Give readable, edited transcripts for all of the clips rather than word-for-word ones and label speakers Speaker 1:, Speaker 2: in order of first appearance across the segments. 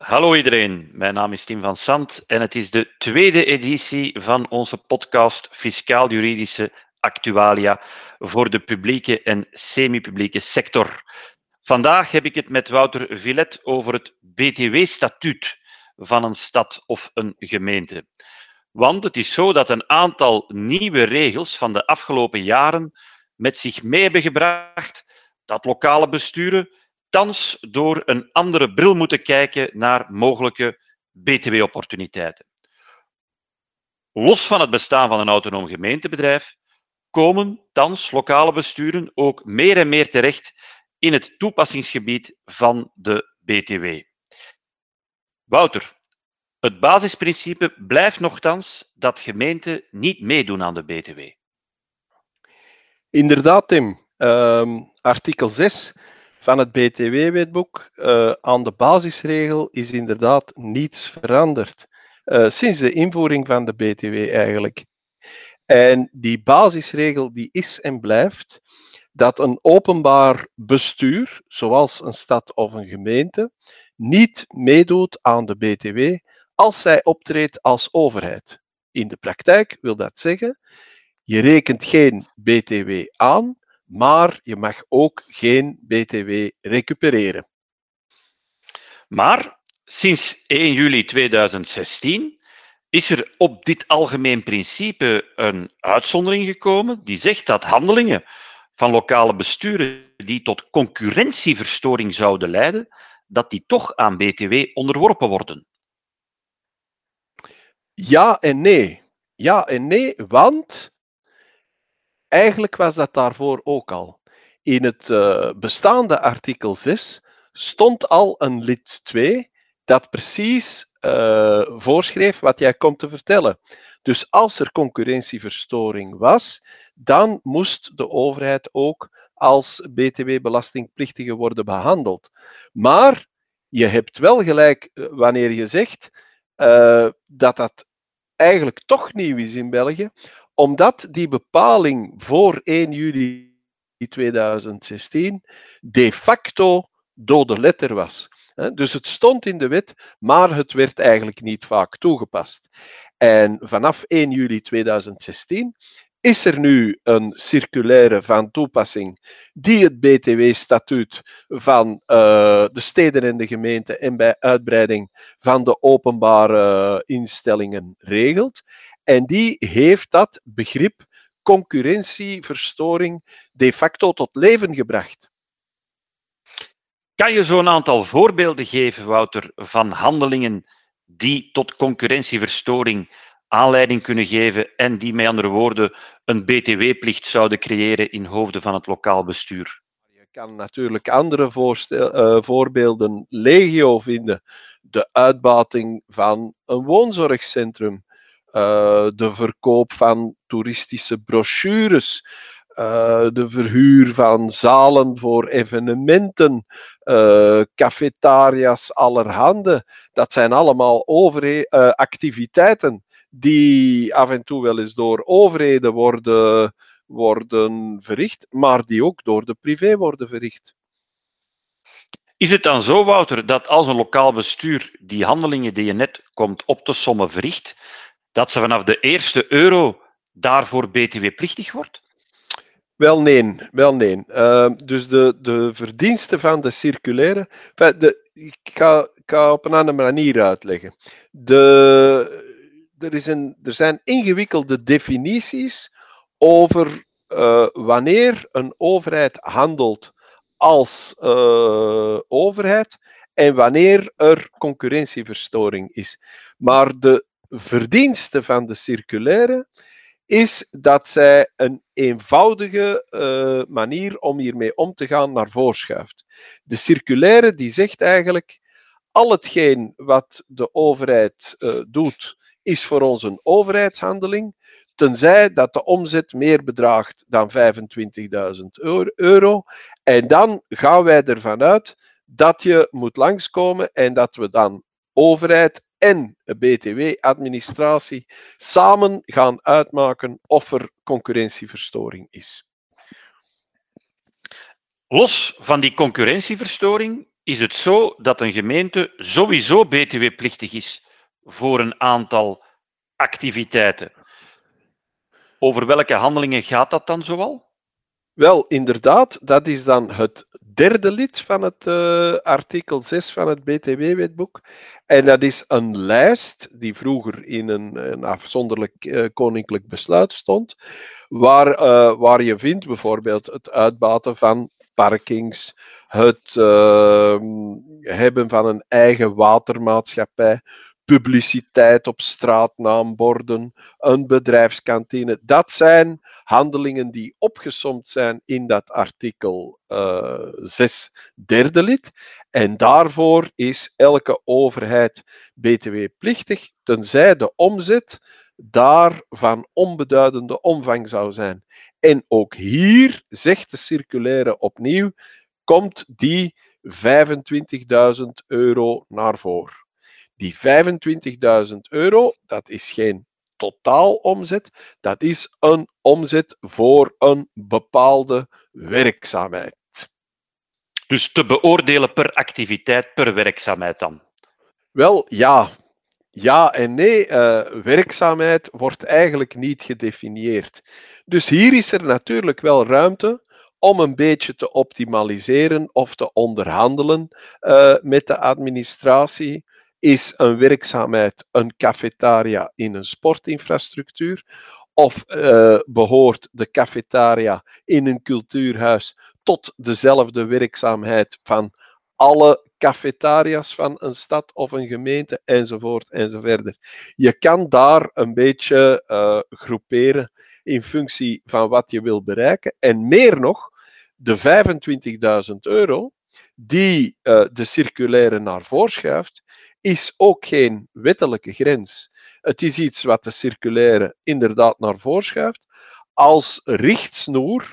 Speaker 1: Hallo iedereen, mijn naam is Tim van Sant en het is de tweede editie van onze podcast Fiscaal-juridische Actualia voor de publieke en semi-publieke sector. Vandaag heb ik het met Wouter Villet over het BTW-statuut van een stad of een gemeente. Want het is zo dat een aantal nieuwe regels van de afgelopen jaren met zich mee hebben gebracht dat lokale besturen thans door een andere bril moeten kijken naar mogelijke btw-opportuniteiten. Los van het bestaan van een autonoom gemeentebedrijf komen thans lokale besturen ook meer en meer terecht in het toepassingsgebied van de btw. Wouter, het basisprincipe blijft nochtans dat gemeenten niet meedoen aan de btw.
Speaker 2: Inderdaad, Tim. Artikel 6 van het BTW-wetboek aan de basisregel is inderdaad niets veranderd. Sinds de invoering van de BTW eigenlijk. En die basisregel die is en blijft dat een openbaar bestuur, zoals een stad of een gemeente, niet meedoet aan de BTW als zij optreedt als overheid. In de praktijk wil dat zeggen, je rekent geen BTW aan, maar je mag ook geen BTW recupereren.
Speaker 1: Maar sinds 1 juli 2016 is er op dit algemeen principe een uitzondering gekomen die zegt dat handelingen van lokale besturen die tot concurrentieverstoring zouden leiden, dat die toch aan BTW onderworpen worden.
Speaker 2: Ja en nee. Ja en nee, want eigenlijk was dat daarvoor ook al. In het bestaande artikel 6 stond al een lid 2 dat precies voorschreef wat jij komt te vertellen. Dus als er concurrentieverstoring was, dan moest de overheid ook als btw-belastingplichtige worden behandeld. Maar je hebt wel gelijk wanneer je zegt dat dat eigenlijk toch nieuw is in België, omdat die bepaling voor 1 juli 2016 de facto dode letter was. Dus het stond in de wet, maar het werd eigenlijk niet vaak toegepast. En vanaf 1 juli 2016 is er nu een circulaire van toepassing die het BTW-statuut van de steden en de gemeenten en bij uitbreiding van de openbare instellingen regelt. En die heeft dat begrip concurrentieverstoring de facto tot leven gebracht.
Speaker 1: Kan je zo'n aantal voorbeelden geven, Wouter, van handelingen die tot concurrentieverstoring aanleiding kunnen geven en die, met andere woorden, een btw-plicht zouden creëren in hoofden van het lokaal bestuur?
Speaker 2: Je kan natuurlijk andere voorbeelden legio vinden. De uitbating van een woonzorgcentrum, de verkoop van toeristische brochures, de verhuur van zalen voor evenementen, cafetaria's allerhande. Dat zijn allemaal activiteiten die af en toe wel eens door overheden worden verricht, maar die ook door de privé worden verricht.
Speaker 1: Is het dan zo, Wouter, dat als een lokaal bestuur die handelingen die je net komt op te sommen verricht, dat ze vanaf de eerste euro daarvoor btw-plichtig wordt?
Speaker 2: Wel nee. Dus de verdiensten van de circulaire... Ik ga op een andere manier uitleggen. Er zijn ingewikkelde definities over wanneer een overheid handelt als overheid en wanneer er concurrentieverstoring is. Maar de verdienste van de circulaire is dat zij een eenvoudige manier om hiermee om te gaan naar voren schuift. De circulaire die zegt eigenlijk, al hetgeen wat de overheid doet, is voor ons een overheidshandeling, tenzij dat de omzet meer bedraagt dan 25.000 euro. En dan gaan wij ervan uit dat je moet langskomen en dat we dan overheid en BTW-administratie samen gaan uitmaken of er concurrentieverstoring is.
Speaker 1: Los van die concurrentieverstoring is het zo dat een gemeente sowieso btw-plichtig is voor een aantal activiteiten. Over welke handelingen gaat dat dan zoal?
Speaker 2: Wel, inderdaad, dat is dan het derde lid van het artikel 6 van het BTW-wetboek. En dat is een lijst die vroeger in een afzonderlijk koninklijk besluit stond, waar je vindt bijvoorbeeld het uitbaten van parkings, het hebben van een eigen watermaatschappij, publiciteit op straatnaamborden, een bedrijfskantine. Dat zijn handelingen die opgesomd zijn in dat artikel 6 derde lid. En daarvoor is elke overheid btw-plichtig, tenzij de omzet daar van onbeduidende omvang zou zijn. En ook hier, zegt de circulaire opnieuw, komt die €25.000 naar voren. Die €25.000, dat is geen totaalomzet, dat is een omzet voor een bepaalde werkzaamheid.
Speaker 1: Dus te beoordelen per activiteit, per werkzaamheid dan?
Speaker 2: Wel, ja. Ja en nee, werkzaamheid wordt eigenlijk niet gedefinieerd. Dus hier is er natuurlijk wel ruimte om een beetje te optimaliseren of te onderhandelen met de administratie. Is een werkzaamheid een cafetaria in een sportinfrastructuur? Of behoort de cafetaria in een cultuurhuis tot dezelfde werkzaamheid van alle cafetaria's van een stad of een gemeente, enzovoort enzoverder. Je kan daar een beetje groeperen in functie van wat je wil bereiken. En meer nog, de €25.000 die de circulaire naar voren schuift, is ook geen wettelijke grens. Het is iets wat de circulaire inderdaad naar voren schuift als richtsnoer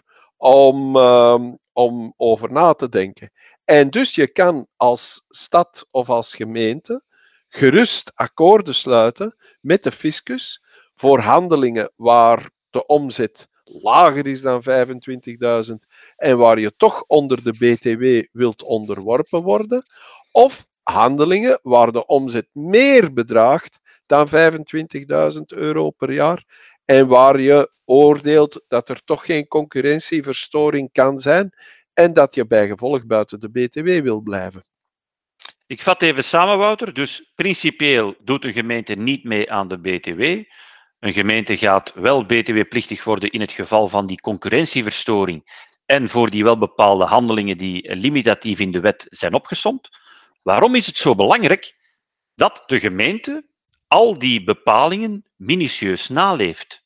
Speaker 2: om over na te denken. En dus je kan als stad of als gemeente gerust akkoorden sluiten met de fiscus voor handelingen waar de omzet lager is dan 25.000 en waar je toch onder de BTW wilt onderworpen worden, of handelingen waar de omzet meer bedraagt dan €25.000 per jaar en waar je oordeelt dat er toch geen concurrentieverstoring kan zijn en dat je bijgevolg buiten de BTW wil blijven.
Speaker 1: Ik vat even samen, Wouter. Dus principieel doet een gemeente niet mee aan de BTW. Een gemeente gaat wel BTW-plichtig worden in het geval van die concurrentieverstoring en voor die wel bepaalde handelingen die limitatief in de wet zijn opgesomd. Waarom is het zo belangrijk dat de gemeente al die bepalingen minutieus naleeft?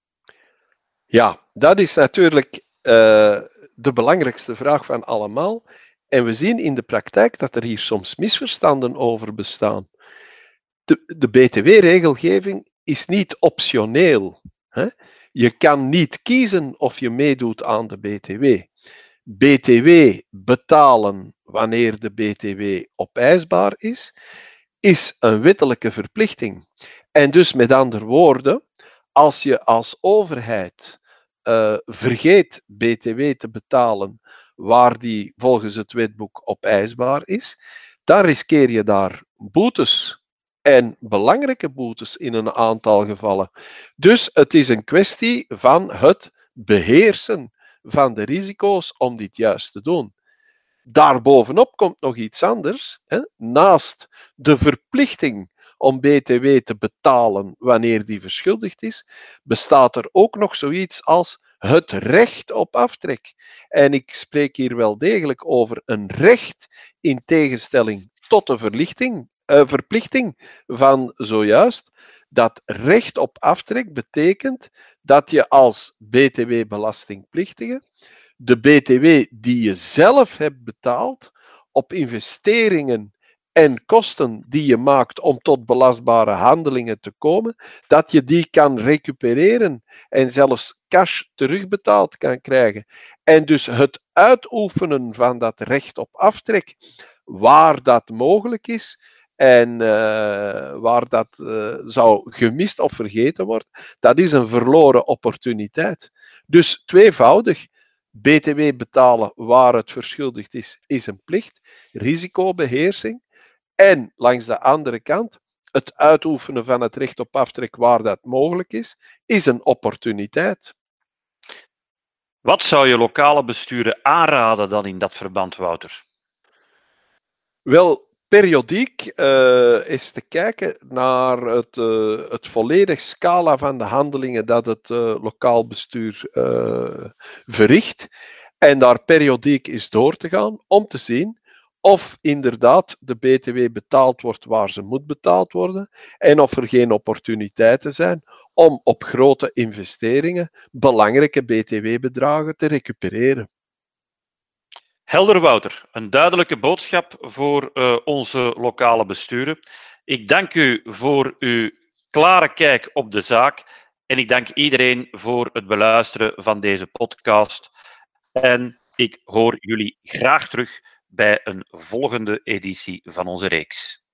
Speaker 2: Ja, dat is natuurlijk de belangrijkste vraag van allemaal. En we zien in de praktijk dat er hier soms misverstanden over bestaan. De BTW-regelgeving is niet optioneel. Hè? Je kan niet kiezen of je meedoet aan de BTW. BTW betalen wanneer de BTW opeisbaar is een wettelijke verplichting. En dus met andere woorden, als je als overheid vergeet BTW te betalen waar die volgens het wetboek opeisbaar is, dan riskeer je daar boetes. En belangrijke boetes in een aantal gevallen. Dus het is een kwestie van het beheersen van de risico's om dit juist te doen. Daarbovenop komt nog iets anders. Hè. Naast de verplichting om BTW te betalen wanneer die verschuldigd is, bestaat er ook nog zoiets als het recht op aftrek. En ik spreek hier wel degelijk over een recht in tegenstelling tot de verplichting van zojuist. Dat recht op aftrek betekent dat je als BTW-belastingplichtige de BTW die je zelf hebt betaald op investeringen en kosten die je maakt om tot belastbare handelingen te komen, dat je die kan recupereren en zelfs cash terugbetaald kan krijgen. En dus het uitoefenen van dat recht op aftrek, waar dat mogelijk is en waar dat zou gemist of vergeten worden, dat is een verloren opportuniteit. Dus tweevoudig. BTW betalen waar het verschuldigd is een plicht. Risicobeheersing. En langs de andere kant, het uitoefenen van het recht op aftrek waar dat mogelijk is een opportuniteit.
Speaker 1: Wat zou je lokale besturen aanraden dan in dat verband, Wouter?
Speaker 2: Wel, periodiek is te kijken naar het volledig scala van de handelingen dat het lokaal bestuur verricht. En daar periodiek eens door te gaan om te zien of inderdaad de BTW betaald wordt waar ze moet betaald worden en of er geen opportuniteiten zijn om op grote investeringen belangrijke BTW-bedragen te recupereren.
Speaker 1: Helder, Wouter. Een duidelijke boodschap voor onze lokale besturen. Ik dank u voor uw klare kijk op de zaak en ik dank iedereen voor het beluisteren van deze podcast. En ik hoor jullie graag terug bij een volgende editie van onze reeks.